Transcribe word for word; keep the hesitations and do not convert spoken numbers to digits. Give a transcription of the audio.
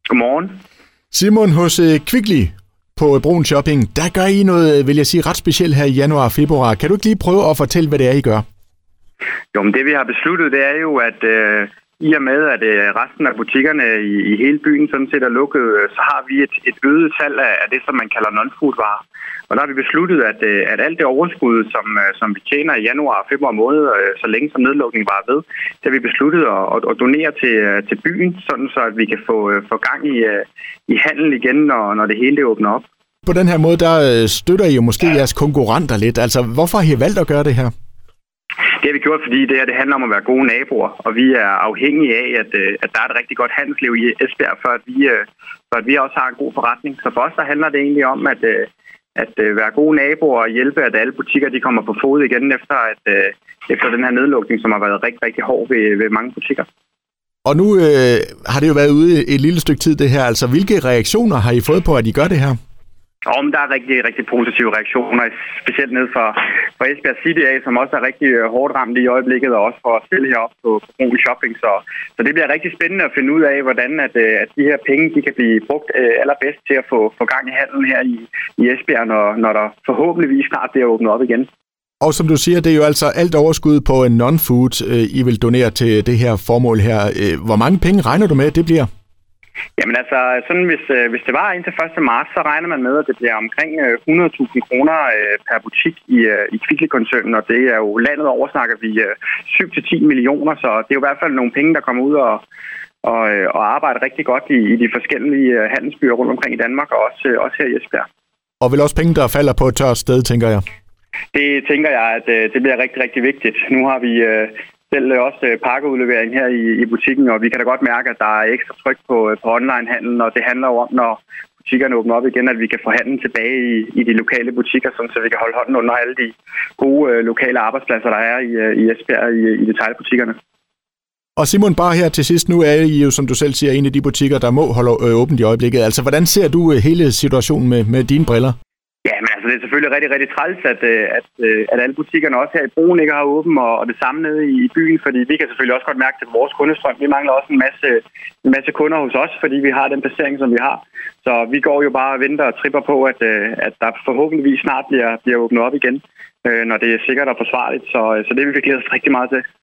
Godmorgen. Simon, hos Kvickly på Broen Shopping, der gør I noget, vil jeg sige, ret specielt her i januar og februar. Kan du ikke lige prøve at fortælle, hvad det er, I gør? Jo, men det vi har besluttet, det er jo, at øh, i og med, at øh, resten af butikkerne i, i hele byen sådan set er lukket, så har vi et, et øget salg af, af det, som man kalder non-food-varer. Og der har vi besluttet, at, øh, at alt det overskud, som, øh, som vi tjener i januar og februar måned, øh, så længe som nedlukningen var ved, det har vi besluttet at, at, at donere til, øh, til byen, sådan så at vi kan få, øh, få gang i, øh, i handel igen, når, når det hele det åbner op. På den her måde, der støtter I jo måske jeres konkurrenter lidt. Altså, hvorfor har I valgt at gøre det her? Det har vi gjort, fordi det her det handler om at være gode naboer, og vi er afhængige af, at, at der er et rigtig godt handelsliv i Esbjerg, for at, vi, for at vi også har en god forretning. Så for os der handler det egentlig om at, at være gode naboer og hjælpe, at alle butikker de kommer på fod igen efter, at, efter den her nedlukning, som har været rigtig, rigtig hård ved, ved mange butikker. Og nu øh, har det jo været ude et lille stykke tid det her. Altså, hvilke reaktioner har I fået på, at I gør det her? Og der er rigtig, rigtig positive reaktioner, specielt ned for, for Esbjerg City A, som også er rigtig hårdt ramt i øjeblikket, og også for at spille heroppe på, på Broen Shopping. Så, så det bliver rigtig spændende at finde ud af, hvordan at, at de her penge de kan blive brugt allerbedst til at få, få gang i handelen her i, i Esbjerg, når, når der forhåbentligvis snart bliver åbnet op igen. Og som du siger, det er jo altså alt overskud på en non-food, I vil donere til det her formål her. Hvor mange penge regner du med, at det bliver? Jamen altså, sådan hvis, øh, hvis det var indtil første marts, så regner man med, at det bliver omkring øh, hundrede tusind kroner øh, per butik i, øh, i Kvickly-koncernen, og det er jo landet over, snakker vi øh, syv til ti millioner, så det er jo i hvert fald nogle penge, der kommer ud og, og, øh, og arbejder rigtig godt i, i de forskellige øh, handelsbyer rundt omkring i Danmark, og også, øh, også her i Esbjerg. Og vel også penge, der falder på et tørt sted, tænker jeg? Det tænker jeg, at øh, det bliver rigtig, rigtig vigtigt. Nu har vi... Øh, selv også pakkeudlevering her i, i butikken, og vi kan da godt mærke, at der er ekstra tryk på, på onlinehandlen, og det handler jo om, når butikkerne åbner op igen, at vi kan få handlen tilbage i, i de lokale butikker, sådan, så vi kan holde hånden under alle de gode øh, lokale arbejdspladser, der er i, i Esbjerg i, i detailbutikkerne. Og Simon, bare her til sidst, nu er I jo, som du selv siger, en af de butikker, der må holde øh, åbent i øjeblikket. Altså, hvordan ser du øh, hele situationen med, med dine briller? Ja, men altså, det er selvfølgelig rigtig, rigtig træls, at, at, at alle butikkerne også her i Broen ikke har åben, og, og det samme nede i byen, fordi vi kan selvfølgelig også godt mærke til vores kundestrøm. Vi mangler også en masse, en masse kunder hos os, fordi vi har den placering, som vi har. Så vi går jo bare og venter og tripper på, at, at der forhåbentligvis snart bliver, bliver åbnet op igen, når det er sikkert og forsvarligt. Så, så det vil vi glæde os rigtig meget til.